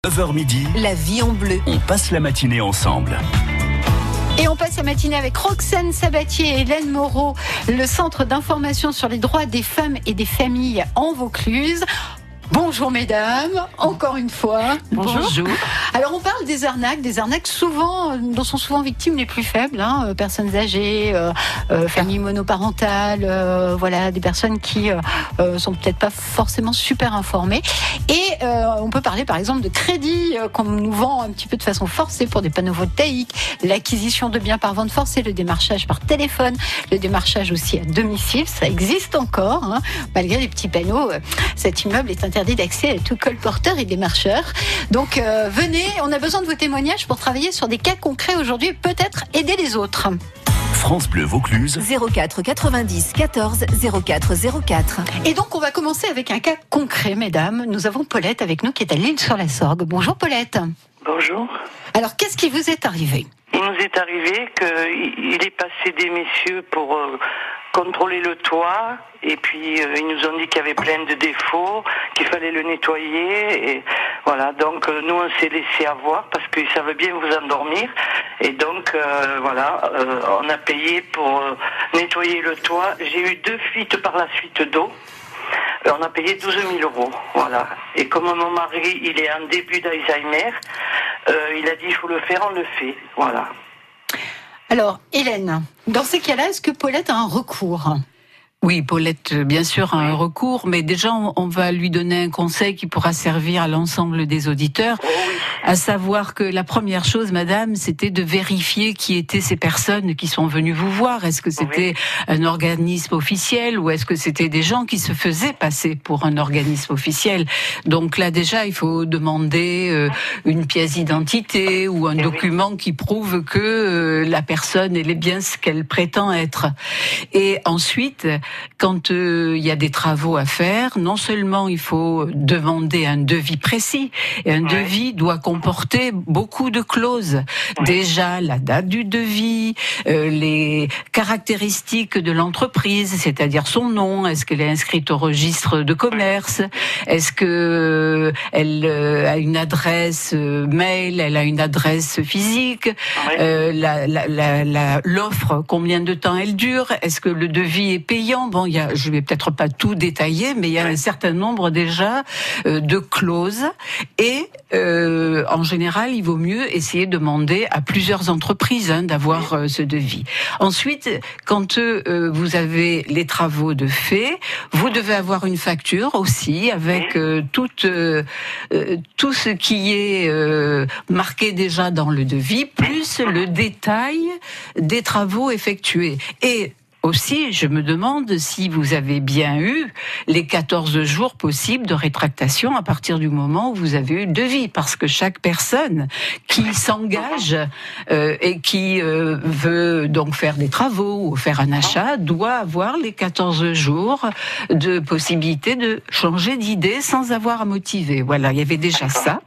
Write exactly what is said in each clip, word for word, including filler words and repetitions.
neuf heures midi, La vie en bleu. on passe la matinée ensemble. Et on passe la matinée avec Roxane Sabatier et Hélène Moreau, le Centre d'information sur les droits des femmes et des familles en Vaucluse. Bonjour mesdames, encore une fois. Bonjour. Bonjour. Alors on parle des arnaques, des arnaques souvent, dont sont souvent victimes les plus faibles, hein, euh, personnes âgées, euh, euh, familles monoparentales, euh, voilà, des personnes qui euh, euh, sont peut-être pas forcément super informées. Et euh, on peut parler par exemple de crédit euh, qu'on nous vend un petit peu de façon forcée pour des panneaux voltaïques, l'acquisition de biens par vente forcée, le démarchage par téléphone, le démarchage aussi à domicile, ça existe encore, hein, malgré les petits panneaux. Euh, cet immeuble est interdit d'accès à tout colporteur et démarcheur. Donc euh, venez, on a besoin de vos témoignages pour travailler sur des cas concrets aujourd'hui et peut-être aider les autres. France Bleu Vaucluse, zéro quatre quatre-vingt-dix quatorze zéro quatre zéro quatre. Et donc on va commencer avec un cas concret, mesdames. Nous avons Paulette avec nous qui est à l'Île-sur-la-Sorgue. Bonjour Paulette. Bonjour. Alors qu'est-ce qui vous est arrivé ? Il nous est arrivé qu'il est passé des messieurs pour euh, contrôler le toit et puis euh, ils nous ont dit qu'il y avait plein de défauts, qu'il fallait le nettoyer et voilà, donc euh, nous on s'est laissé avoir parce qu'ils savent bien vous endormir et donc euh, voilà, euh, on a payé pour euh, nettoyer le toit. J'ai eu deux fuites par la suite d'eau. On a payé douze mille euros, voilà. Et comme mon mari, il est en début d'Alzheimer, euh, il a dit il faut le faire, on le fait, voilà. Alors Hélène, dans ces cas-là, est-ce que Paulette a un recours ? Oui, Paulette, bien sûr, a un recours, mais déjà, on, on va lui donner un conseil qui pourra servir à l'ensemble des auditeurs, Oh oui. à savoir que la première chose, madame, c'était de vérifier qui étaient ces personnes qui sont venues vous voir. Est-ce que c'était Oui. un organisme officiel ou est-ce que c'était des gens qui se faisaient passer pour un organisme officiel ? Donc là, déjà, il faut demander euh, une pièce d'identité ou un Eh oui. document qui prouve que euh, la personne, elle est bien ce qu'elle prétend être. Et ensuite, quand euh, il y a des travaux à faire, non seulement il faut demander un devis précis, et un Ouais. devis doit comporter beaucoup de clauses. Ouais. Déjà, la date du devis, euh, les caractéristiques de l'entreprise, c'est-à-dire son nom, est-ce qu'elle est inscrite au registre de commerce, est-ce que elle euh, a une adresse euh, mail, elle a une adresse physique, Ouais. euh, la, la, la, la- l'offre, combien de temps elle dure, est-ce que le devis est payant. Bon, il y a, je vais peut-être pas tout détailler, mais il y a un certain nombre déjà euh, de clauses. Et euh, en général, il vaut mieux essayer de demander à plusieurs entreprises hein, d'avoir euh, ce devis. Ensuite, quand euh, vous avez les travaux de fait, vous devez avoir une facture aussi avec euh, toute, euh, euh, tout ce qui est euh, marqué déjà dans le devis, plus le détail des travaux effectués. Et aussi, je me demande si vous avez bien eu les quatorze jours possibles de rétractation à partir du moment où vous avez eu le devis, parce que chaque personne qui s'engage euh, et qui euh, veut donc faire des travaux ou faire un achat doit avoir les quatorze jours de possibilité de changer d'idée sans avoir à motiver. Voilà, il y avait déjà ça.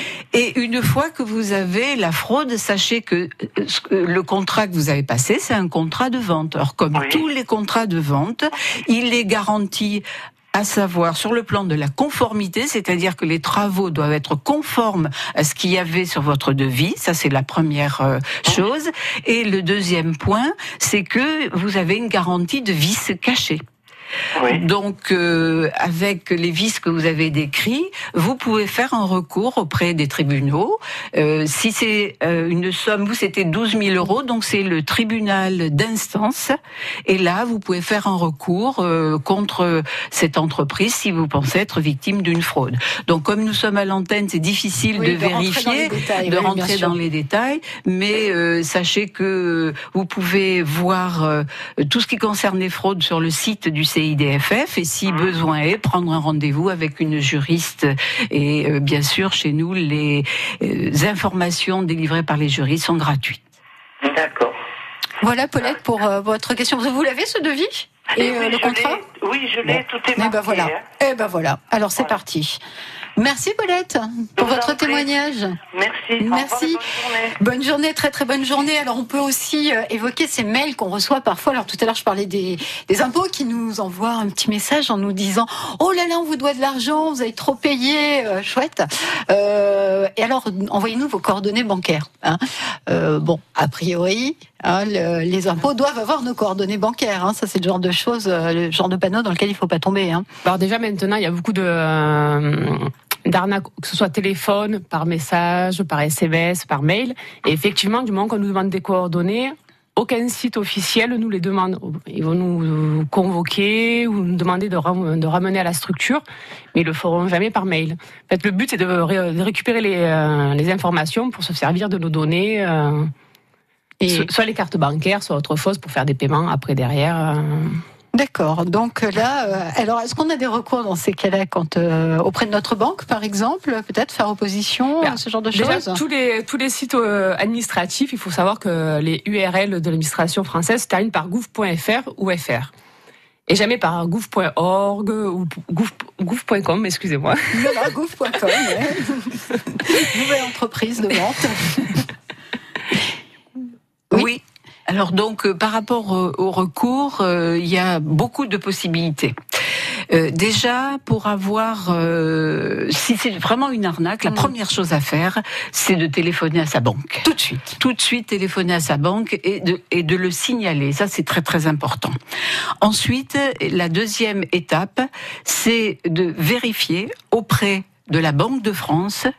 Et une fois que vous avez la fraude, sachez que le contrat que vous avez passé, c'est un contrat de vente. Alors, comme Oui. tous les contrats de vente, il est garanti à savoir sur le plan de la conformité, c'est-à-dire que les travaux doivent être conformes à ce qu'il y avait sur votre devis, ça c'est la première euh, chose. Et le deuxième point, c'est que vous avez une garantie de vices cachés. Oui. Donc, euh, avec les vices que vous avez décrits, vous pouvez faire un recours auprès des tribunaux. Euh, si c'est euh, une somme, vous c'était douze mille euros, donc c'est le tribunal d'instance. Et là, vous pouvez faire un recours euh, contre cette entreprise si vous pensez être victime d'une fraude. Donc, comme nous sommes à l'antenne, c'est difficile Oui, de, de rentrer dans vérifier, les détails, de oui, bien rentrer sûr. dans les détails, mais euh, sachez que vous pouvez voir euh, tout ce qui concerne les fraudes sur le site du C I D F F et si besoin est, prendre un rendez-vous avec une juriste. Et euh, bien sûr, chez nous, les euh, informations délivrées par les juristes sont gratuites. D'accord. Voilà Paulette pour euh, votre question. Vous l'avez ce devis ? Et oui, euh, le je contrat ? l'ai. Oui, je l'ai, tout est Eh marqué. ben voilà. hein. Eh ben voilà. Alors c'est Voilà. parti. Merci Paulette pour Je vous votre en prie. témoignage. Merci. Merci. Au revoir et bonne journée. Bonne journée, très très bonne journée. Alors on peut aussi euh, évoquer ces mails qu'on reçoit parfois. Alors tout à l'heure je parlais des, des impôts qui nous envoient un petit message en nous disant « Oh là là, on vous doit de l'argent, vous avez trop payé, euh, chouette euh, ». Et alors envoyez-nous vos coordonnées bancaires. Hein. Euh, bon, a priori, hein, le, les impôts doivent avoir nos coordonnées bancaires. Hein. Ça c'est le genre de choses, euh, le genre de panneau dans lequel il ne faut pas tomber. Hein. Alors déjà maintenant, il y a beaucoup de... Euh... d'arnaque, que ce soit téléphone, par message, par S M S, par mail. Et effectivement, du moment qu'on nous demande des coordonnées, aucun site officiel nous les demande. Ils vont nous convoquer ou nous demander de, ram- de ramener à la structure, mais ils le feront jamais par mail. En fait, le but, c'est de, ré- de récupérer les, euh, les informations pour se servir de nos données, euh, et soit les cartes bancaires, soit autre chose pour faire des paiements après derrière. Euh... D'accord. Donc là, euh, alors est-ce qu'on a des recours dans ces cas-là, quand euh, auprès de notre banque, par exemple, peut-être faire opposition, Bien, ce genre de déjà, choses? tous les tous les sites euh, administratifs, il faut savoir que les U R L de l'administration française se terminent par gouv point f r ou F R. Et jamais par gouv point org ou gouv point com, excusez-moi. Voilà, gouv point com, ouais. Nouvelle entreprise de vente. Oui. oui. Alors donc, euh, par rapport euh, au recours, euh, il y a beaucoup de possibilités. Euh, déjà, pour avoir, euh, si c'est vraiment une arnaque, la mmh. première chose à faire, c'est de téléphoner à sa banque. Tout de suite. Tout de suite téléphoner à sa banque et de, et de le signaler. Ça, c'est très très important. Ensuite, la deuxième étape, c'est de vérifier auprès de la Banque de France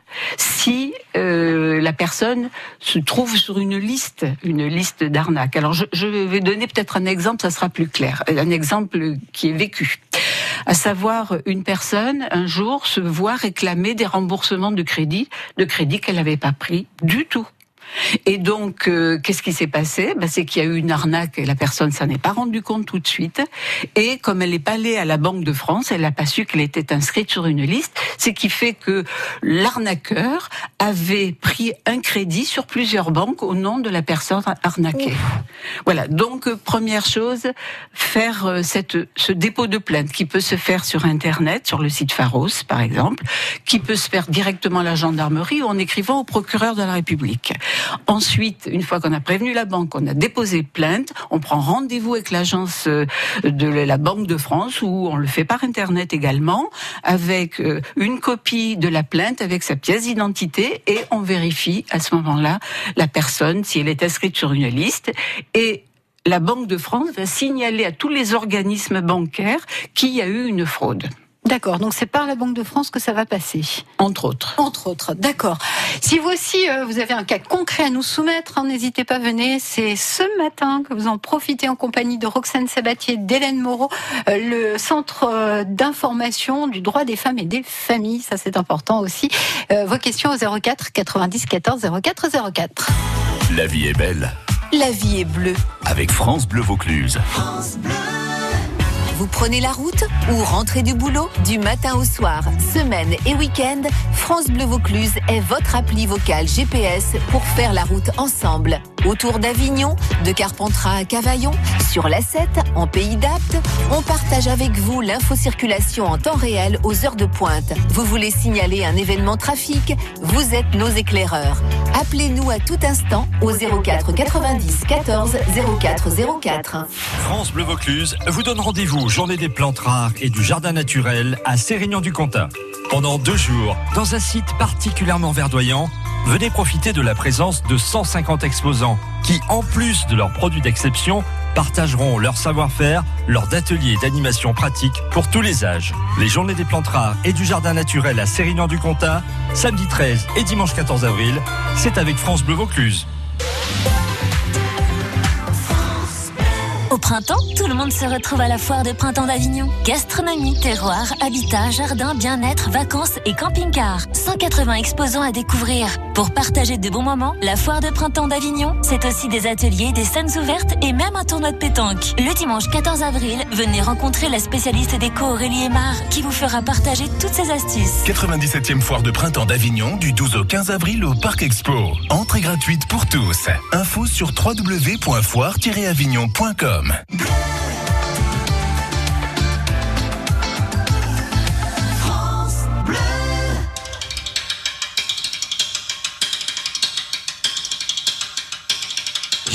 si euh, la personne se trouve sur une liste, une liste d'arnaques. Alors je, je vais donner peut-être un exemple, ça sera plus clair, un exemple qui est vécu. À savoir, une personne un jour se voit réclamer des remboursements de crédit, de crédit qu'elle n'avait pas pris du tout. Et donc, euh, qu'est-ce qui s'est passé ? Ben, c'est qu'il y a eu une arnaque et la personne s'en est pas rendue compte tout de suite. Et comme elle n'est pas allée à la Banque de France, elle n'a pas su qu'elle était inscrite sur une liste. Ce qui fait que l'arnaqueur avait pris un crédit sur plusieurs banques au nom de la personne arnaquée. Ouf. Voilà. Donc, première chose, faire cette, ce dépôt de plainte qui peut se faire sur Internet, sur le site Pharos, par exemple, qui peut se faire directement à la gendarmerie ou en écrivant au procureur de la République. Ensuite, une fois qu'on a prévenu la banque, on a déposé plainte, on prend rendez-vous avec l'agence de la Banque de France, ou on le fait par Internet également, avec une copie de la plainte, avec sa pièce d'identité, et on vérifie à ce moment-là la personne, si elle est inscrite sur une liste, et la Banque de France va signaler à tous les organismes bancaires qu'il y a eu une fraude. D'accord, donc c'est par la Banque de France que ça va passer. Entre autres. Entre autres, d'accord. Si vous aussi, euh, vous avez un cas concret à nous soumettre, hein, n'hésitez pas, venez. C'est ce matin que vous en profitez en compagnie de Roxane Sabatier, d'Hélène Moreau, euh, le centre euh, d'information du droit des femmes et des familles. Ça, c'est important aussi. Euh, vos questions au zéro quatre quatre-vingt-dix quatorze zéro quatre zéro quatre. La vie est belle. La vie est bleue. Avec France Bleu Vaucluse. France Bleu. Vous prenez la route ou rentrez du boulot, du matin au soir, semaine et week-end, France Bleu Vaucluse est votre appli vocale G P S pour faire la route ensemble. Autour d'Avignon, de Carpentras à Cavaillon, sur l'A sept, en Pays d'Apt, on partage avec vous l'infocirculation en temps réel aux heures de pointe. Vous voulez signaler un événement trafic, vous êtes nos éclaireurs. Appelez-nous à tout instant au zéro quatre quatre-vingt-dix quatorze zéro quatre zéro quatre. France Bleu Vaucluse vous donne rendez-vous aux Journées des plantes rares et du jardin naturel à Sérignan-du-Comtat. Pendant deux jours, dans un site particulièrement verdoyant, venez profiter de la présence de cent cinquante exposants qui, en plus de leurs produits d'exception, partageront leur savoir-faire lors d'ateliers d'animation pratique pour tous les âges. Les Journées des plantes rares et du jardin naturel à Sérignan-du-Comtat, samedi treize et dimanche quatorze avril, c'est avec France Bleu Vaucluse. Au printemps, tout le monde se retrouve à la foire de printemps d'Avignon. Gastronomie, terroir, habitat, jardin, bien-être, vacances et camping-car. cent quatre-vingts exposants à découvrir. Pour partager de bons moments, la foire de printemps d'Avignon, c'est aussi des ateliers, des scènes ouvertes et même un tournoi de pétanque. Le dimanche quatorze avril, venez rencontrer la spécialiste déco Aurélie Aymar qui vous fera partager toutes ses astuces. quatre-vingt-dix-septième foire de printemps d'Avignon du douze au quinze avril au Parc Expo. Entrée gratuite pour tous. Info sur w w w point foire tiret avignon point com.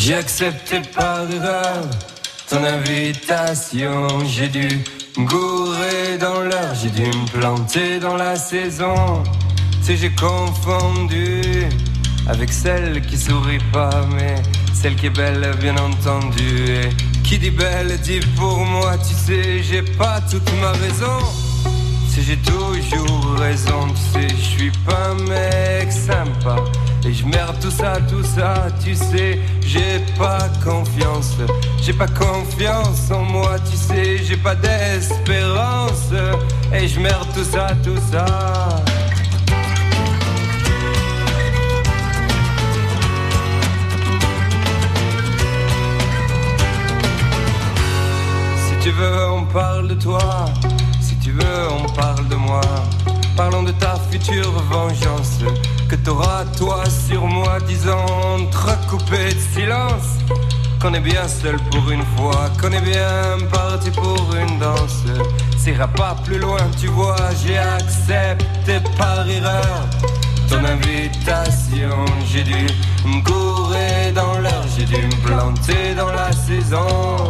J'ai accepté par erreur ton invitation. J'ai dû me gourer dans l'heure, j'ai dû me planter dans la saison. Si j'ai confondu avec celle qui sourit pas, mais celle qui est belle, bien entendu. Et qui dit belle dit pour moi, tu sais, j'ai pas toute ma raison. Si j'ai toujours raison, tu sais, je suis pas un mec sympa. Et je merde tout ça, tout ça, tu sais, j'ai pas confiance. J'ai pas confiance en moi, tu sais, j'ai pas d'espérance. Et je merde tout ça, tout ça. Si tu veux, on parle de toi. Si tu veux, on parle de moi. Parlons de ta future vengeance que t'auras toi sur moi, disant entrecoupé de silence qu'on est bien seul pour une fois, qu'on est bien parti pour une danse. Ça ira pas plus loin, tu vois, j'ai accepté par erreur ton invitation. J'ai dû me gourer dans l'heure, j'ai dû me planter dans la saison.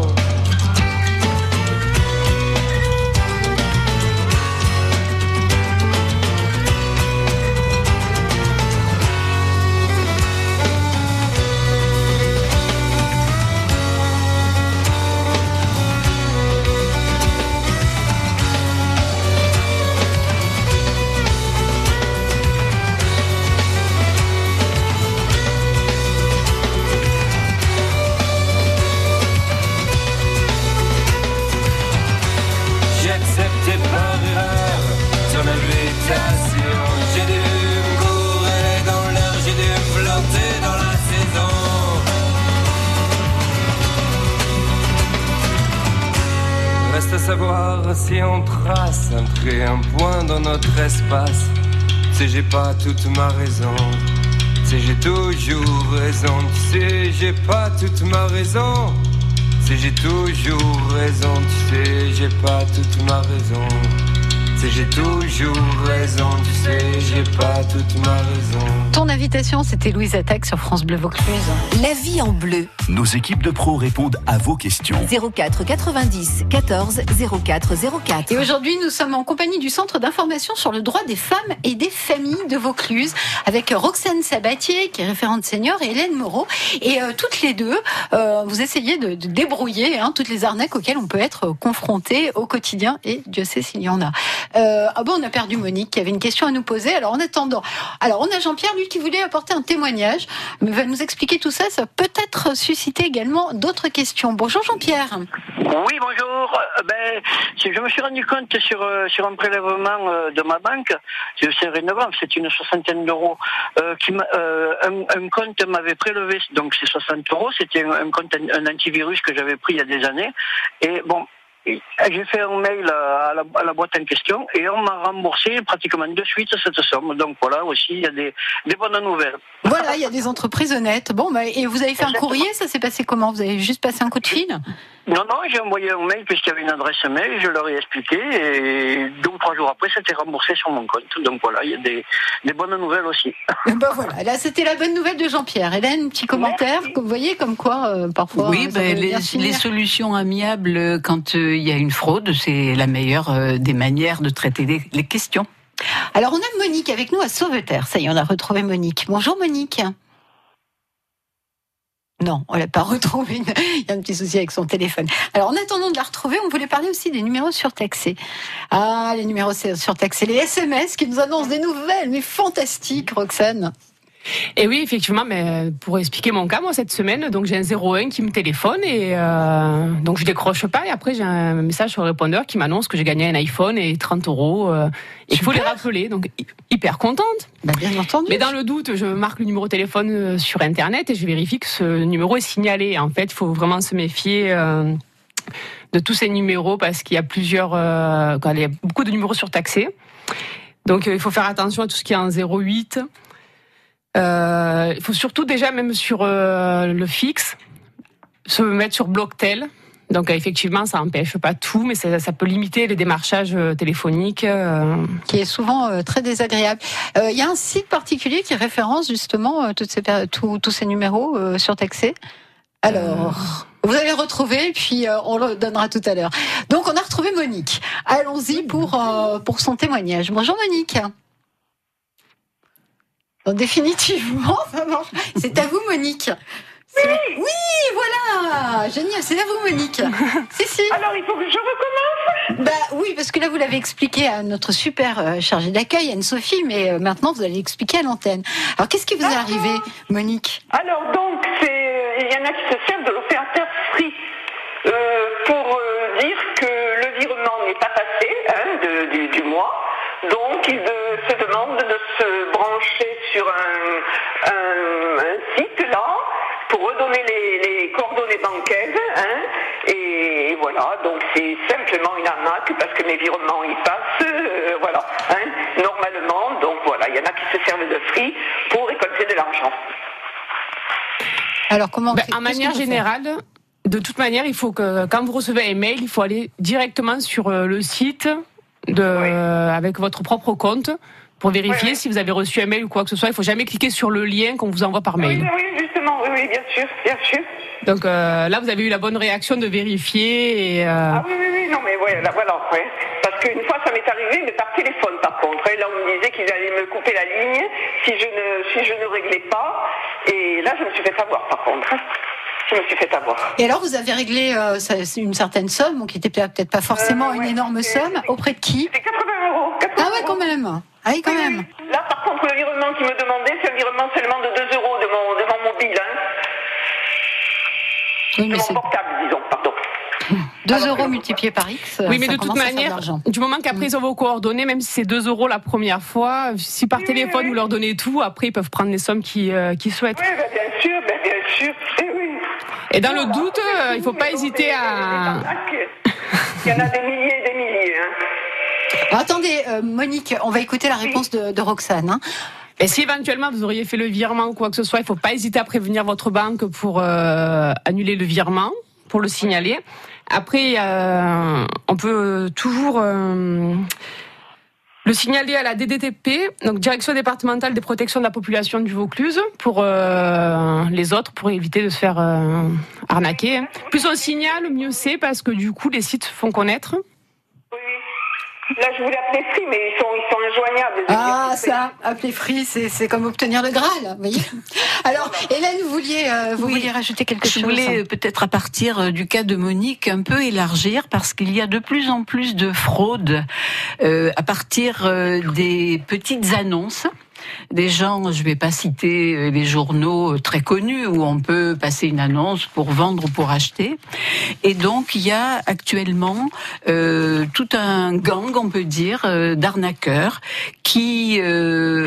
Reste à savoir si on trace un trait, un point dans notre espace. Tu sais, j'ai pas toute ma raison. Tu sais, j'ai toujours raison. Tu sais, j'ai pas toute ma raison. Tu sais, j'ai toujours raison. Tu sais, j'ai pas toute ma raison. Tu sais, j'ai toujours raison. Tu sais, j'ai pas toute ma raison. Ton invitation, c'était Louise Attaque sur France Bleu Vaucluse. La vie en bleu. Nos équipes de pros répondent à vos questions. zéro quatre quatre-vingt-dix quatorze zéro quatre zéro quatre. Et aujourd'hui, nous sommes en compagnie du Centre d'information sur le droit des femmes et des familles de Vaucluse avec Roxane Sabatier, qui est référente senior, et Hélène Moreau. Et euh, toutes les deux, euh, vous essayez de, de débrouiller hein, toutes les arnaques auxquelles on peut être confronté au quotidien. Et Dieu sait s'il y en a. Euh, ah bon, on a perdu Monique qui avait une question à nous poser. Alors en attendant, alors on a Jean-Pierre, lui, qui voulait apporter un témoignage, mais va nous expliquer tout ça. Ça peut être susciter également d'autres questions. Bonjour Jean-Pierre. Oui, bonjour. Euh, ben, je me suis rendu compte sur euh, sur un prélèvement euh, de ma banque, c'est rénovant, c'est une soixantaine d'euros, euh, qui m'a, euh, un, un compte m'avait prélevé, donc c'est soixante euros, c'était un, un compte, un antivirus que j'avais pris il y a des années, et bon, j'ai fait un mail à la, à la boîte en question et on m'a remboursé pratiquement de suite cette somme. Donc voilà, aussi, il y a des, des bonnes nouvelles. Voilà, il y a des entreprises honnêtes. Bon, bah, et vous avez fait un courrier, ça s'est passé comment? Vous avez juste passé un coup de fil? Non, non, j'ai envoyé un mail puisqu'il y avait une adresse mail, je leur ai expliqué et deux ou trois jours après, c'était remboursé sur mon compte. Donc voilà, il y a des, des bonnes nouvelles aussi. Ben voilà, là c'était la bonne nouvelle de Jean-Pierre. Hélène, petit commentaire, Merci. Vous voyez comme quoi euh, parfois... Oui, ben, les, les solutions amiables quand il euh, y a une fraude, c'est la meilleure euh, des manières de traiter les, les questions. Alors on a Monique avec nous à Sauveterre, ça y est, on a retrouvé Monique. Bonjour Monique. Non, on l'a pas retrouvée. Il y a un petit souci avec son téléphone. Alors, en attendant de la retrouver, on voulait parler aussi des numéros surtaxés. Ah, les numéros surtaxés, les S M S qui nous annoncent des nouvelles, mais fantastiques, Roxane. Et oui, effectivement, mais pour expliquer mon cas, moi cette semaine, donc j'ai un zéro un qui me téléphone et euh, donc je décroche pas et après j'ai un message sur le répondeur qui m'annonce que j'ai gagné un iPhone et trente euros euh, et il faut les rappeler, donc hyper contente. Bah, bien entendu. Mais dans le doute, je marque le numéro de téléphone sur internet et je vérifie que ce numéro est signalé. En fait, il faut vraiment se méfier euh, de tous ces numéros parce qu'il y a plusieurs, euh, il y a beaucoup de numéros surtaxés. Donc euh, il faut faire attention à tout ce qui est en zéro huit. Euh, il faut surtout déjà, même sur euh, le fixe, se mettre sur Blocktel. Donc euh, effectivement, ça n'empêche pas tout, mais ça, ça peut limiter les démarchages euh, téléphoniques. Euh... Qui est souvent euh, très désagréable. Il euh, y a un site particulier qui référence justement euh, toutes ces, tous, tous ces numéros euh, surtaxés. Alors, vous allez le retrouver, puis euh, on le donnera tout à l'heure. Donc, on a retrouvé Monique. Allons-y pour, euh, pour son témoignage. Bonjour Monique. Donc, définitivement, ça marche. C'est à vous Monique. Oui, oui, voilà, génial, c'est à vous Monique. Si, si. Alors, il faut que je recommence ? Bah oui, parce que là, vous l'avez expliqué à notre super euh, chargée d'accueil, Anne-Sophie, mais euh, maintenant, vous allez expliquer à l'antenne. Alors, qu'est-ce qui vous est arrivé, Monique ? Alors, donc, c'est, il y en a qui se servent de l'opérateur Free euh, pour euh, dire que le virement n'est pas passé hein, de, du, du mois. Donc, ils euh, se demandent de se brancher sur un, un, un site, là, pour redonner les, les coordonnées bancaires, hein, et voilà, donc c'est simplement une arnaque parce que mes virements y passent, euh, voilà, hein, normalement, donc voilà, il y en a qui se servent de Free pour récolter de l'argent. Alors comment ben, En manière générale, de toute manière, il faut que quand vous recevez un mail, il faut aller directement sur le site de, oui. euh, avec votre propre compte pour vérifier oui, oui. si vous avez reçu un mail ou quoi que ce soit. Il ne faut jamais cliquer sur le lien qu'on vous envoie par mail. Oui, oui, justement, oui, oui, bien sûr, bien sûr. Donc euh, là, vous avez eu la bonne réaction de vérifier. Et, euh... Ah oui, oui, oui, non, mais ouais, là, voilà, ouais. Parce qu'une fois, ça m'est arrivé, mais par téléphone, par contre. Et là, on me disait qu'ils allaient me couper la ligne si je ne, si je ne réglais pas. Et là, je me suis fait avoir, par contre. Je me suis fait avoir. Et alors, vous avez réglé euh, une certaine somme, donc qui n'était peut-être pas forcément euh, ouais, une énorme somme. Auprès de qui ? C'est quatre-vingts euros. quatre-vingts ah ouais, quand même. Ah oui, quand oui, même. Oui. Là, par contre, le virement qu'il me demandait, c'est un virement seulement de deux euros de mon, de mon mobile. Hein. Oui, mais de mon c'est... portable, disons, pardon. deux euros multipliés par X. Oui, mais de toute manière, du moment qu'après ils ont vos coordonnées, même si c'est deux euros la première fois, si par oui, téléphone oui, vous leur donnez tout, après ils peuvent prendre les sommes qu'ils, euh, qu'ils souhaitent. Oui, ben, bien sûr, ben, bien sûr. Et, oui. Et dans voilà. le doute, euh, il ne faut pas hésiter à... Il y en a des milliers et des milliers. Hein. Alors, attendez, euh, Monique, on va écouter la réponse de, de Roxane. Hein. Et si éventuellement vous auriez fait le virement ou quoi que ce soit, il ne faut pas hésiter à prévenir votre banque pour euh, annuler le virement, pour le signaler. Après, euh, on peut toujours euh, le signaler à la D D T P, donc Direction départementale des protections de la population du Vaucluse, pour euh, les autres, pour éviter de se faire euh, arnaquer. Plus on signale, mieux c'est, parce que du coup, les sites se font connaître. Là, je voulais appeler Free, mais ils sont, ils sont injoignables. Ah, ça, appeler Free, c'est, c'est comme obtenir le Graal, vous voyez. Alors, Hélène, vous vouliez, euh, vous oui, vouliez rajouter quelque je chose ? Je voulais peut-être, à partir du cas de Monique, un peu élargir, parce qu'il y a de plus en plus de fraudes euh, à partir euh, des petites annonces. Des gens, je ne vais pas citer les journaux très connus où on peut passer une annonce pour vendre ou pour acheter. Et donc, il y a actuellement euh, tout un gang, on peut dire, euh, d'arnaqueurs qui... Euh,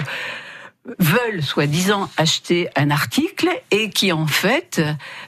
veulent soi-disant acheter un article et qui en fait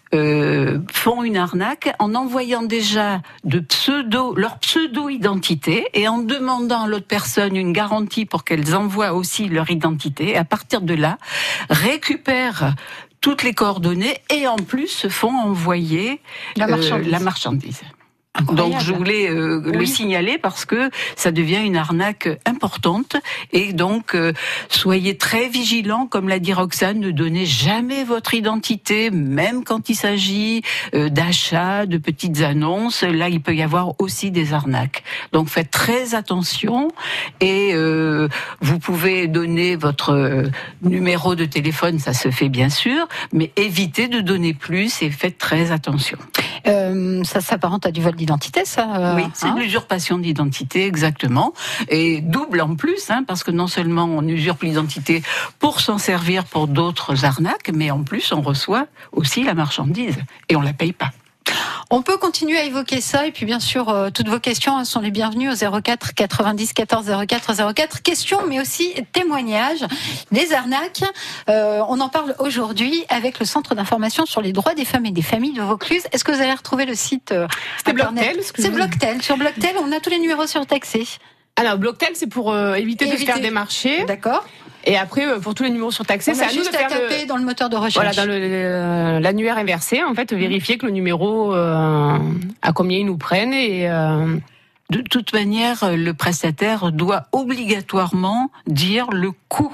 euh, font une arnaque en envoyant déjà de pseudo leur pseudo-identité et en demandant à l'autre personne une garantie pour qu'elles envoient aussi leur identité. Et à partir de là, récupèrent toutes les coordonnées et en plus se font envoyer la marchandise. Euh, la marchandise. Incroyable. Donc je voulais euh, oui. le signaler parce que ça devient une arnaque importante et donc euh, soyez très vigilants, comme l'a dit Roxane, ne donnez jamais votre identité, même quand il s'agit euh, d'achats, de petites annonces. Là, il peut y avoir aussi des arnaques. Donc faites très attention et euh, vous pouvez donner votre euh, numéro de téléphone, ça se fait bien sûr, mais évitez de donner plus et faites très attention. Euh, ça s'apparente à du vol d'identité, ça euh, Oui, c'est hein de l'usurpation d'identité, exactement. Et double en plus, hein, parce que non seulement on usurpe l'identité pour s'en servir pour d'autres arnaques, mais en plus on reçoit aussi la marchandise et on la paye pas. On peut continuer à évoquer ça et puis bien sûr euh, toutes vos questions hein, sont les bienvenues au zéro quatre quatre-vingt-dix quatorze zéro quatre zéro quatre. Questions mais aussi témoignages des arnaques. Euh, on en parle aujourd'hui avec le Centre d'information sur les droits des femmes et des familles de Vaucluse. Est-ce que vous allez retrouver le site euh, C'était Blocktel. C'est Blocktel. Sur Blocktel, on a tous les numéros surtaxés. Alors Blocktel, c'est pour euh, éviter, éviter de se faire démarcher. D'accord. Et après, pour tous les numéros surtaxés, c'est à nous de faire à taper le... dans le moteur de recherche. Voilà, dans le, le, l'annuaire inversé, en fait, vérifier que le numéro, euh, à combien ils nous prennent et... Euh... De toute manière, le prestataire doit obligatoirement dire le coût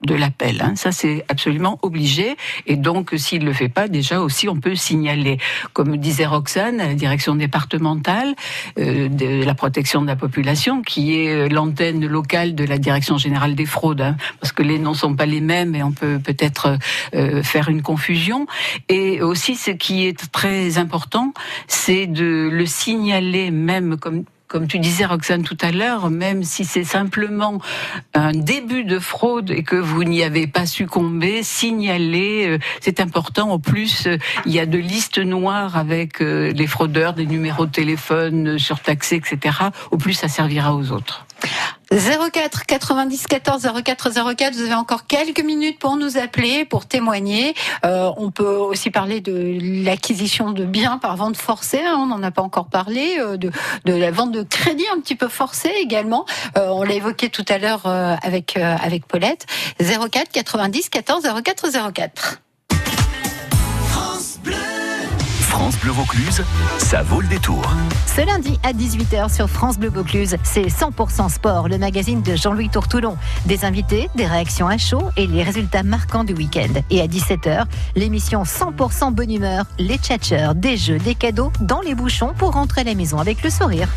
de l'appel. Hein. Ça, c'est absolument obligé. Et donc, s'il ne le fait pas, déjà aussi, on peut signaler. Comme disait Roxane, à la direction départementale euh, de la protection de la population, qui est l'antenne locale de la direction générale des fraudes, hein, parce que les noms ne sont pas les mêmes et on peut peut-être euh, faire une confusion. Et aussi, ce qui est très important, c'est de le signaler, même comme Comme tu disais, Roxane, tout à l'heure, même si c'est simplement un début de fraude et que vous n'y avez pas succombé, signaler, c'est important. En plus, il y a de listes noires avec les fraudeurs, des numéros de téléphone surtaxés, et cetera. Au plus, ça servira aux autres. zéro quatre quatre-vingt-dix quatorze zéro quatre zéro quatre, vous avez encore quelques minutes pour nous appeler, pour témoigner. Euh, on peut aussi parler de l'acquisition de biens par vente forcée, hein, on n'en a pas encore parlé, euh, de, de la vente de crédit un petit peu forcée également. Euh, on l'a évoqué tout à l'heure euh, avec, euh, avec Paulette. zéro quatre quatre-vingt-dix quatorze zéro quatre zéro quatre. France Bleu. France Bleu Vaucluse, ça vaut le détour. Ce lundi à dix-huit heures sur France Bleu Vaucluse, c'est cent pour cent sport, le magazine de Jean-Louis Tourtoulon. Des invités, des réactions à chaud et les résultats marquants du week-end. Et à dix-sept heures, l'émission cent pour cent bonne humeur, les tchatcheurs, des jeux, des cadeaux dans les bouchons pour rentrer à la maison avec le sourire.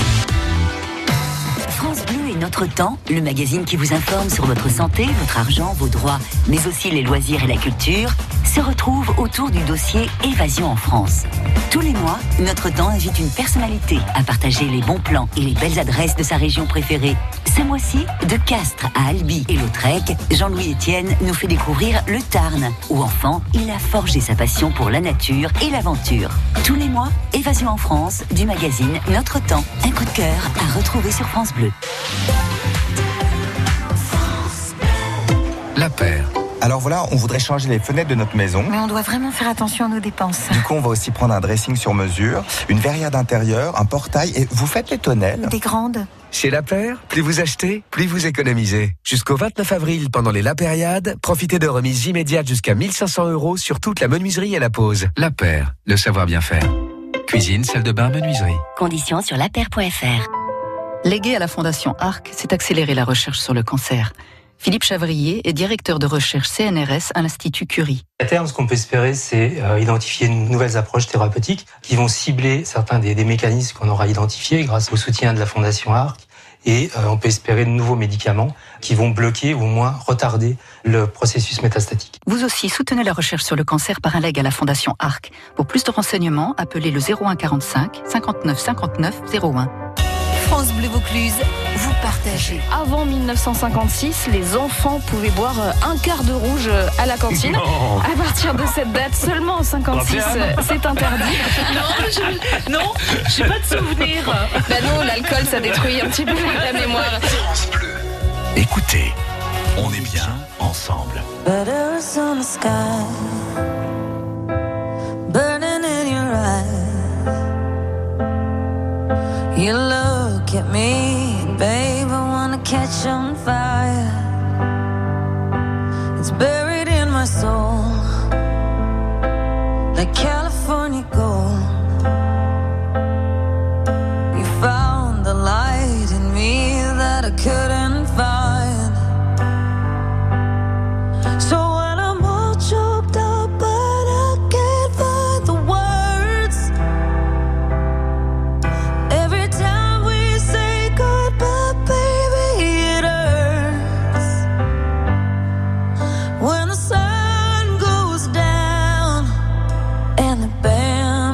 France Bleu et Notre Temps, le magazine qui vous informe sur votre santé, votre argent, vos droits, mais aussi les loisirs et la culture, se retrouve autour du dossier Évasion en France. Tous les mois, Notre Temps invite une personnalité à partager les bons plans et les belles adresses de sa région préférée. Ce mois-ci, de Castres à Albi et Lautrec, Jean-Louis Etienne nous fait découvrir le Tarn, où enfant, il a forgé sa passion pour la nature et l'aventure. Tous les mois, Évasion en France, du magazine Notre Temps. Un coup de cœur à retrouver sur France Bleu. La paire. Alors voilà, on voudrait changer les fenêtres de notre maison. Mais on doit vraiment faire attention à nos dépenses. Du coup, on va aussi prendre un dressing sur mesure, une verrière d'intérieur, un portail et vous faites les tonnelles. Des grandes. Chez La Paire, plus vous achetez, plus vous économisez. Jusqu'au vingt-neuf avril, pendant les La Périades, profitez de remises immédiates jusqu'à mille cinq cents euros sur toute la menuiserie et la pose. La Paire, le savoir bien faire. Cuisine, salle de bain, menuiserie. Conditions sur lapaire point f r. Léguer à la Fondation Arc, c'est accélérer la recherche sur le cancer. Philippe Chavrier est directeur de recherche C N R S à l'Institut Curie. À terme, ce qu'on peut espérer, c'est euh, identifier de nouvelles approches thérapeutiques qui vont cibler certains des, des mécanismes qu'on aura identifiés grâce au soutien de la Fondation Arc. Et euh, on peut espérer de nouveaux médicaments qui vont bloquer ou au moins retarder le processus métastatique. Vous aussi soutenez la recherche sur le cancer par un leg à la Fondation Arc. Pour plus de renseignements, appelez le zéro un quarante-cinq cinquante-neuf cinquante-neuf zéro un. France Bleu Vaucluse, vous partagez. Avant dix-neuf cent cinquante-six, les enfants pouvaient boire un quart de rouge à la cantine. Non. À partir de cette date, seulement en cinquante-six, c'est interdit. Non, je, non, j'ai pas de souvenir. Bah non, l'alcool, ça détruit un petit peu la mémoire. France Bleu. Écoutez, on est bien ensemble. Butters on the sky, burning in your eyes. You look at me, babe, I wanna catch on fire. It's buried in my soul, like California gold. You found the light in me that I couldn't find. So when I'm all choked up, but I can't find the words. Every time we say goodbye, baby, it hurts. When the sun goes down and the band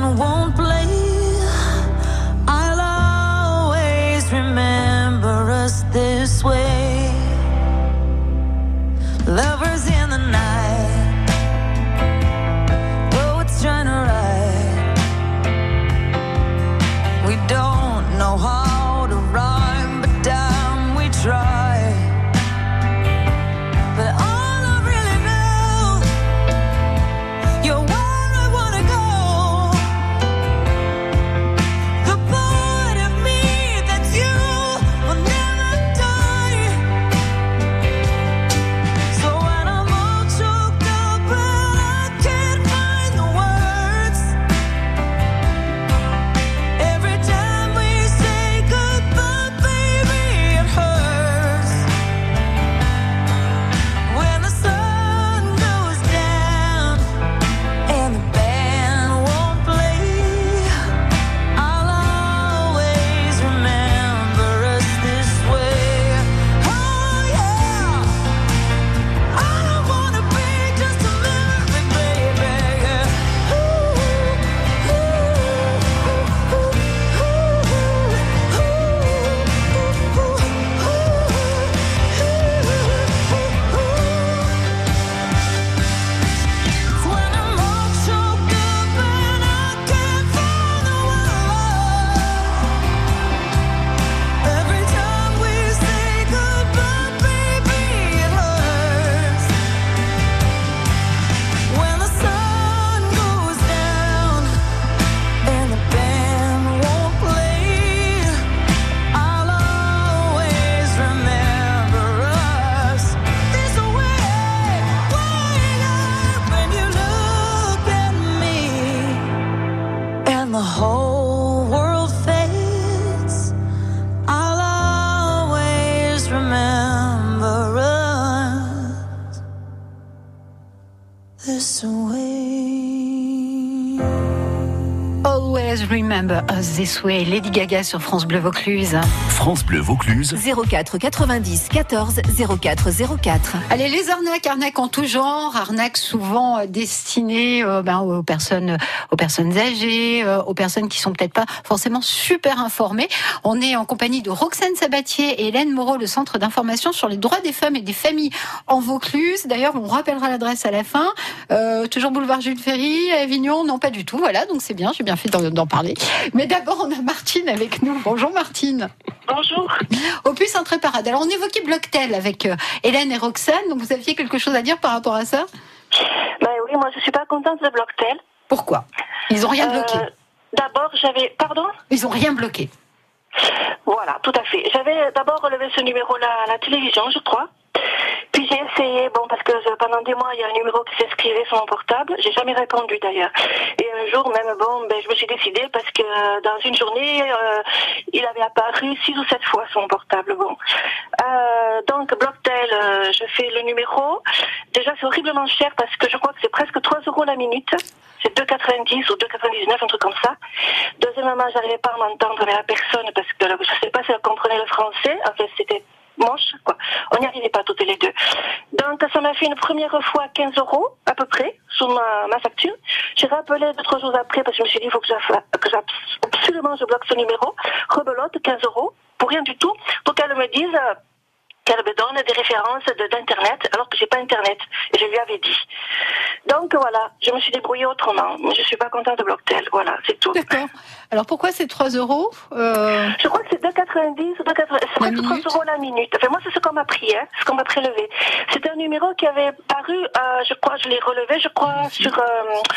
this way. Always remember us this way. Lady Gaga sur France Bleu Vaucluse. France Bleu Vaucluse. zéro quatre quatre-vingt-dix quatorze zéro quatre zéro quatre. Allez, les arnaques, arnaques en tout genre, arnaques souvent destinées euh, ben, aux personnes, aux personnes âgées, euh, aux personnes qui sont peut-être pas forcément super informées. On est en compagnie de Roxane Sabatier et Hélène Moreau, le Centre d'information sur les droits des femmes et des familles en Vaucluse. D'ailleurs, on rappellera l'adresse à la fin. Euh, toujours boulevard Jules Ferry, à Avignon. Non, pas du tout. Voilà, donc c'est bien. J'ai bien fait d'en, d'en parler. Mais d'abord, on a Martine avec nous. Bonjour Martine. Bonjour. Opus Intréparade. Alors, on évoquait Blocktel avec euh, Hélène et Roxane. Donc, vous aviez quelque chose à dire par rapport à ça ? Ben oui, moi je suis pas contente de Blocktel. Pourquoi ? Ils ont rien bloqué. Euh, d'abord, j'avais... Pardon ? Ils ont rien bloqué. Voilà, tout à fait. J'avais d'abord relevé ce numéro-là à la télévision, je crois. Puis j'ai essayé, bon, parce que pendant des mois, il y a un numéro qui s'inscrivait sur mon portable. J'ai jamais répondu d'ailleurs. Et un jour même, bon, ben, je me suis décidée parce que dans une journée, euh, il avait apparu six ou sept fois sur mon portable. Bon, euh, donc Blocktel, euh, je fais le numéro. Déjà, c'est horriblement cher parce que je crois que c'est presque trois euros la minute. C'est deux quatre-vingt-dix ou deux quatre-vingt-dix-neuf, un truc comme ça. Deuxièmement, j'arrivais pas à m'entendre avec la personne parce que je sais pas si elle comprenait le français. En fait, c'était moche, quoi. On n'y arrivait pas toutes les deux. Donc, ça m'a fait une première fois quinze euros, à peu près, sur ma, ma facture. J'ai rappelé deux, trois jours après, parce que je me suis dit, il faut que, que absolument je bloque ce numéro. Rebelote, quinze euros, pour rien du tout, pour qu'elle me dise, euh, qu'elle me donne des références de, d'internet, alors que j'ai pas internet. Et je lui avais dit. Donc, voilà, je me suis débrouillée autrement. Mais je suis pas contente de Blocktel. Voilà, c'est tout. D'accord. Alors, pourquoi c'est trois euros euh... Je crois que c'est deux quatre-vingt-dix ou deux quatre-vingts. C'est presque trois euros la minute. Enfin, moi, c'est ce qu'on m'a pris, hein, ce qu'on m'a prélevé. C'était un numéro qui avait paru, euh, je crois, je l'ai relevé, je crois, sur euh,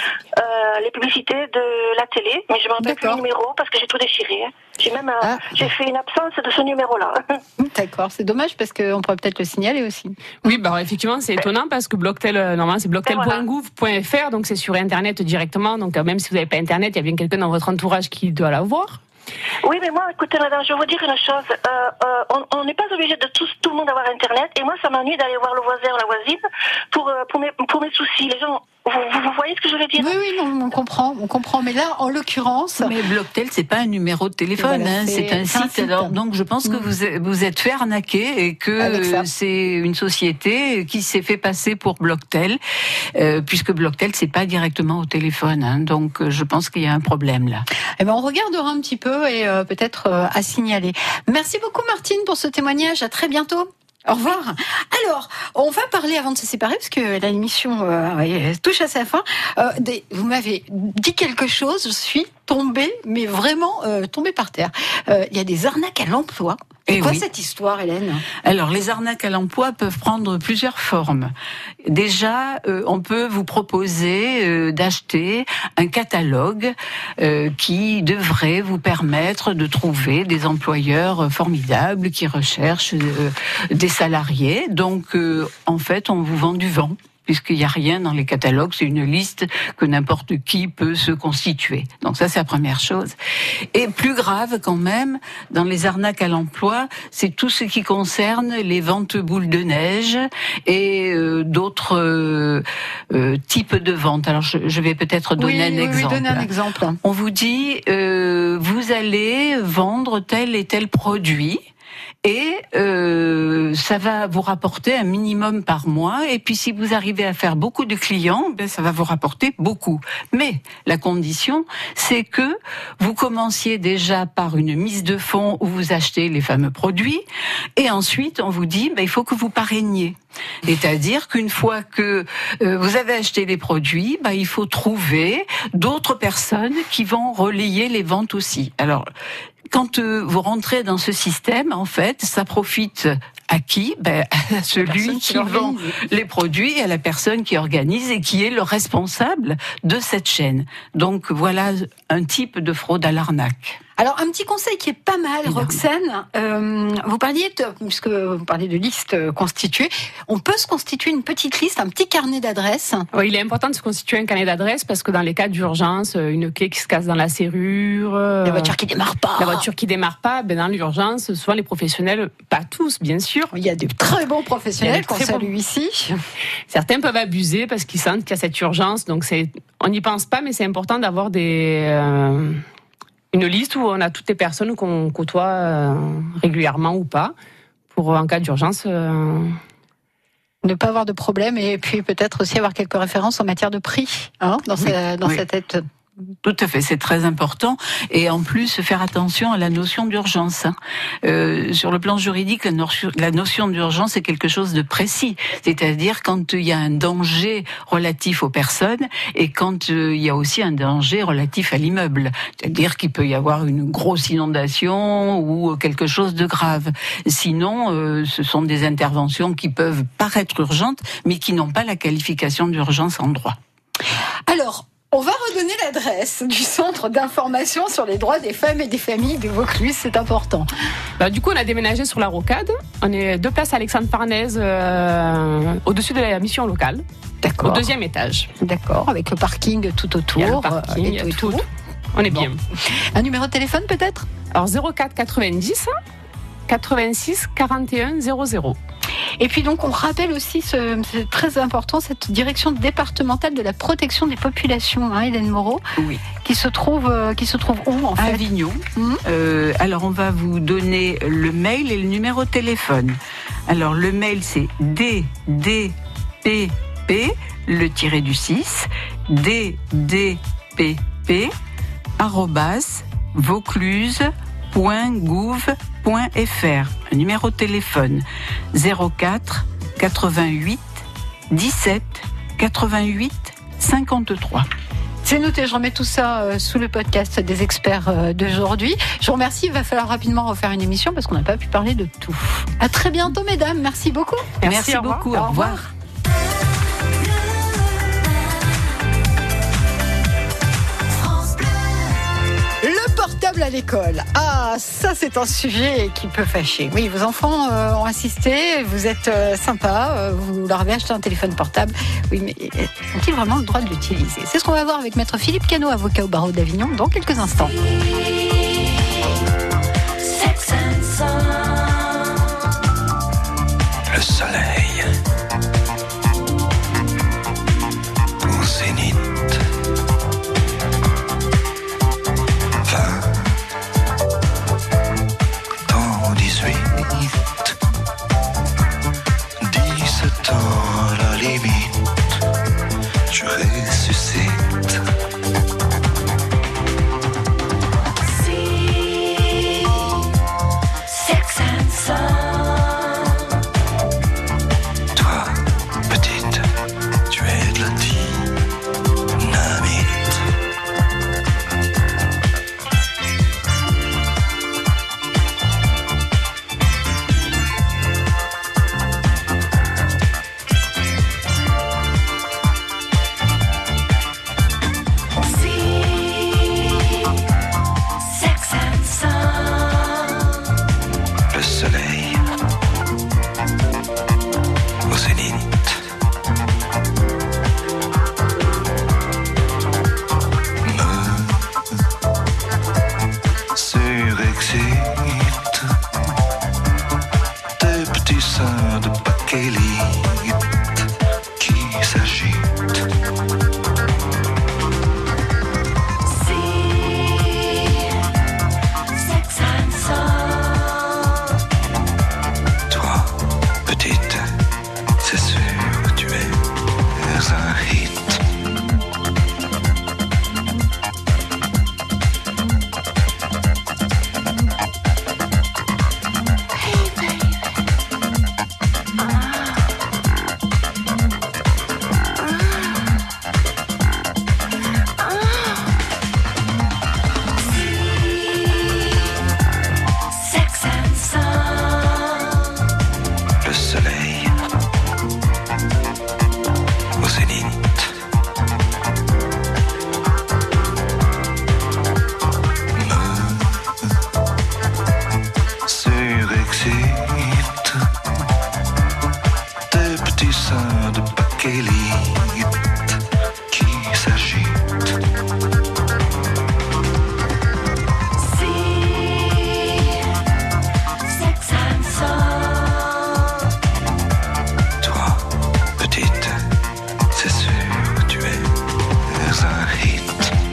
euh, les publicités de la télé. Mais je me rappelle plus le numéro parce que j'ai tout déchiré. Hein. J'ai même euh, ah. j'ai fait une absence de ce numéro-là. D'accord, c'est dommage parce qu'on pourrait peut-être le signaler aussi. Oui, bah effectivement, c'est étonnant parce que Blocktel, euh, normalement, c'est blocktel point gouv point f r, donc c'est sur Internet directement. Donc euh, même si vous n'avez pas Internet, il y a bien quelqu'un dans votre entourage qui doit l'avoir. Oui, mais moi, écoutez, madame, je vais vous dire une chose. Euh, euh, on n'est pas obligé de tous, tout le monde avoir Internet. Et moi, ça m'ennuie d'aller voir le voisin ou la voisine pour, euh, pour, mes, pour mes soucis. Les gens, vous, vous voyez ce que je veux dire ? Oui, oui, non, on comprend, on comprend. Mais là, en l'occurrence... Mais Blocktel, c'est pas un numéro de téléphone, voilà, hein, c'est, c'est un site. site. Alors, donc, je pense que mmh. vous, êtes, vous êtes fait arnaquer et que c'est une société qui s'est fait passer pour Blocktel, euh, puisque Blocktel, c'est pas directement au téléphone. Hein, donc, je pense qu'il y a un problème là. Eh ben, on regardera un petit peu et euh, peut-être euh, à signaler. Merci beaucoup Martine pour ce témoignage. À très bientôt. Au revoir. Alors, on va parler avant de se séparer parce que l'émission euh, touche à sa fin. Euh, des, vous m'avez dit quelque chose, je suis tombée, mais vraiment euh, tombée par terre. Euh, il y a des arnaques à l'emploi. C'est quoi oui. cette histoire, Hélène ? Alors, les arnaques à l'emploi peuvent prendre plusieurs formes. Déjà, euh, on peut vous proposer euh, d'acheter un catalogue euh, qui devrait vous permettre de trouver des employeurs formidables qui recherchent euh, des salariés. Donc, euh, en fait, on vous vend du vent, puisqu'il n'y a rien dans les catalogues, c'est une liste que n'importe qui peut se constituer. Donc ça, c'est la première chose. Et plus grave quand même, dans les arnaques à l'emploi, c'est tout ce qui concerne les ventes boules de neige et euh, d'autres euh, euh, types de ventes. Alors je, je vais peut-être donner oui, un oui, exemple. Oui, donner un exemple. On vous dit, euh, vous allez vendre tel et tel produit. Et euh, ça va vous rapporter un minimum par mois. Et puis si vous arrivez à faire beaucoup de clients, ben ça va vous rapporter beaucoup. Mais la condition, c'est que vous commenciez déjà par une mise de fonds où vous achetez les fameux produits. Et ensuite, on vous dit, ben, il faut que vous parrainiez. C'est-à-dire qu'une fois que euh, vous avez acheté les produits, ben, il faut trouver d'autres personnes qui vont relayer les ventes aussi. Alors, quand euh, vous rentrez dans ce système, en fait, ça profite à qui ? Ben, à celui qui, qui vend les produits et à la personne qui organise et qui est le responsable de cette chaîne. Donc voilà un type de fraude à l'arnaque. Alors, un petit conseil qui est pas mal, Roxane. Euh, vous parliez, de, puisque vous parliez de liste constituée, on peut se constituer une petite liste, un petit carnet d'adresses. Oui, il est important de se constituer un carnet d'adresses parce que dans les cas d'urgence, une clé qui se casse dans la serrure, la voiture qui démarre pas, la voiture qui démarre pas, ben dans l'urgence, souvent les professionnels, pas tous, bien sûr. Il y a des très bons professionnels qu'on salue ici. Certains peuvent abuser parce qu'ils sentent qu'il y a cette urgence, donc c'est, on n'y pense pas, mais c'est important d'avoir des euh, une liste où on a toutes les personnes qu'on côtoie euh, régulièrement ou pas, pour en cas d'urgence. Euh... Ne pas avoir de problème et puis peut-être aussi avoir quelques références en matière de prix hein, dans, oui, sa, dans oui. sa tête. Tout à fait, c'est très important. Et en plus, faire attention à la notion d'urgence. Euh, sur le plan juridique, la notion, la notion d'urgence est quelque chose de précis. C'est-à-dire quand il y a un danger relatif aux personnes et quand euh, il y a aussi un danger relatif à l'immeuble. C'est-à-dire qu'il peut y avoir une grosse inondation ou quelque chose de grave. Sinon, euh, ce sont des interventions qui peuvent paraître urgentes, mais qui n'ont pas la qualification d'urgence en droit. Alors, on va redonner l'adresse du centre d'information sur les droits des femmes et des familles de Vaucluse, c'est important. Bah, du coup, on a déménagé sur la Rocade. On est deux places Alexandre Farnèse, euh, au-dessus de la mission locale. D'accord. Au deuxième étage. D'accord, avec le parking tout autour. Il y a le parking, et tout, et tout. tout. On est bien. Bon. Un numéro de téléphone peut-être ? Alors zéro quatre quatre-vingt-dix quatre-vingt-six quarante et un zéro zéro. Et puis donc on rappelle aussi, ce, c'est très important, cette direction départementale de la protection des populations, hein, Hélène Moreau, oui. qui se trouve, euh, qui se trouve où en fait ? À Avignon. Mmh. Euh, alors on va vous donner le mail et le numéro de téléphone. Alors le mail c'est d d p p le tiré du six d d p p arobase vaucluse point gouv point f r. Un numéro de téléphone zéro quatre quatre-vingt-huit dix-sept quatre-vingt-huit cinquante-trois. C'est noté, je remets tout ça sous le podcast des experts d'aujourd'hui. Je vous remercie, il va falloir rapidement refaire une émission parce qu'on n'a pas pu parler de tout. À très bientôt mesdames, merci beaucoup. Merci, merci beaucoup, au revoir. Au revoir. À l'école. Ah, ça c'est un sujet qui peut fâcher. Oui, vos enfants euh, ont assisté, vous êtes euh, sympa, euh, vous leur avez acheté un téléphone portable. Oui, mais ont-ils vraiment le droit de l'utiliser ? C'est ce qu'on va voir avec maître Philippe Cano, avocat au barreau d'Avignon, dans quelques instants. Le soleil au zénith. dix-sept ans à la limite, je ressuscite. See, Sex and Sun. Toi, petite, tu es de la dynamite. unser Hit.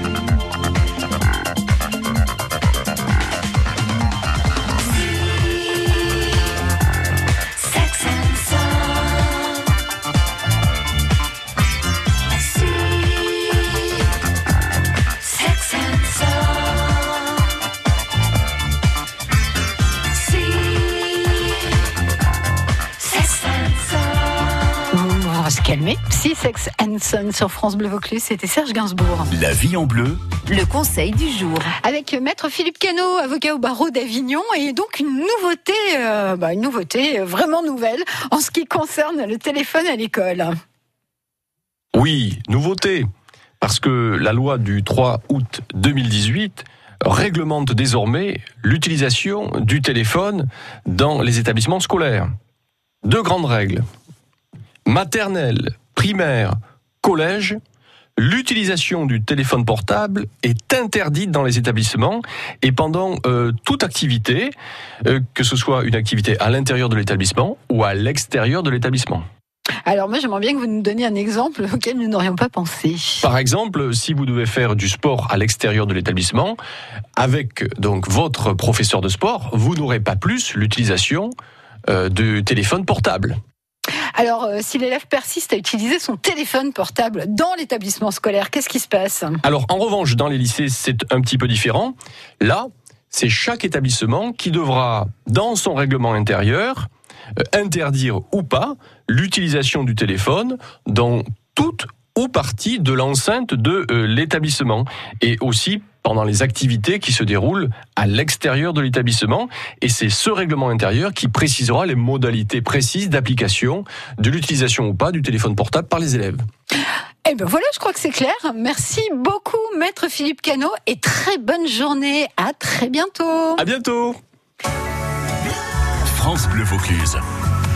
Sex and Son. Sex and Son. Sex and Son. On va se calmer. Si Sex and Son sur France Bleu Vaucluse, c'était Serge Gainsbourg. La vie en bleu. Le conseil du jour. Avec Maître Philippe Cano, avocat au barreau d'Avignon, et donc une nouveauté, euh, bah une nouveauté vraiment nouvelle en ce qui concerne le téléphone à l'école. Oui, nouveauté, parce que la loi du trois août deux mille dix-huit réglemente désormais l'utilisation du téléphone dans les établissements scolaires. Deux grandes règles. Maternelle, primaire, collège, l'utilisation du téléphone portable est interdite dans les établissements et pendant euh, toute activité, euh, que ce soit une activité à l'intérieur de l'établissement ou à l'extérieur de l'établissement. Alors moi j'aimerais bien que vous nous donniez un exemple auquel nous n'aurions pas pensé. Par exemple, si vous devez faire du sport à l'extérieur de l'établissement, avec donc votre professeur de sport, vous n'aurez pas plus l'utilisation euh, du téléphone portable. Alors, euh, si l'élève persiste à utiliser son téléphone portable dans l'établissement scolaire, qu'est-ce qui se passe ? Alors, en revanche, dans les lycées, c'est un petit peu différent. Là, c'est chaque établissement qui devra, dans son règlement intérieur, euh, interdire ou pas l'utilisation du téléphone dans toute ou partie de l'enceinte de euh, l'établissement. Et aussi pendant les activités qui se déroulent à l'extérieur de l'établissement. Et c'est ce règlement intérieur qui précisera les modalités précises d'application de l'utilisation ou pas du téléphone portable par les élèves. Eh ben voilà, je crois que c'est clair. Merci beaucoup, Maître Philippe Cano, et très bonne journée. À très bientôt. À bientôt. France Bleu Vaucluse.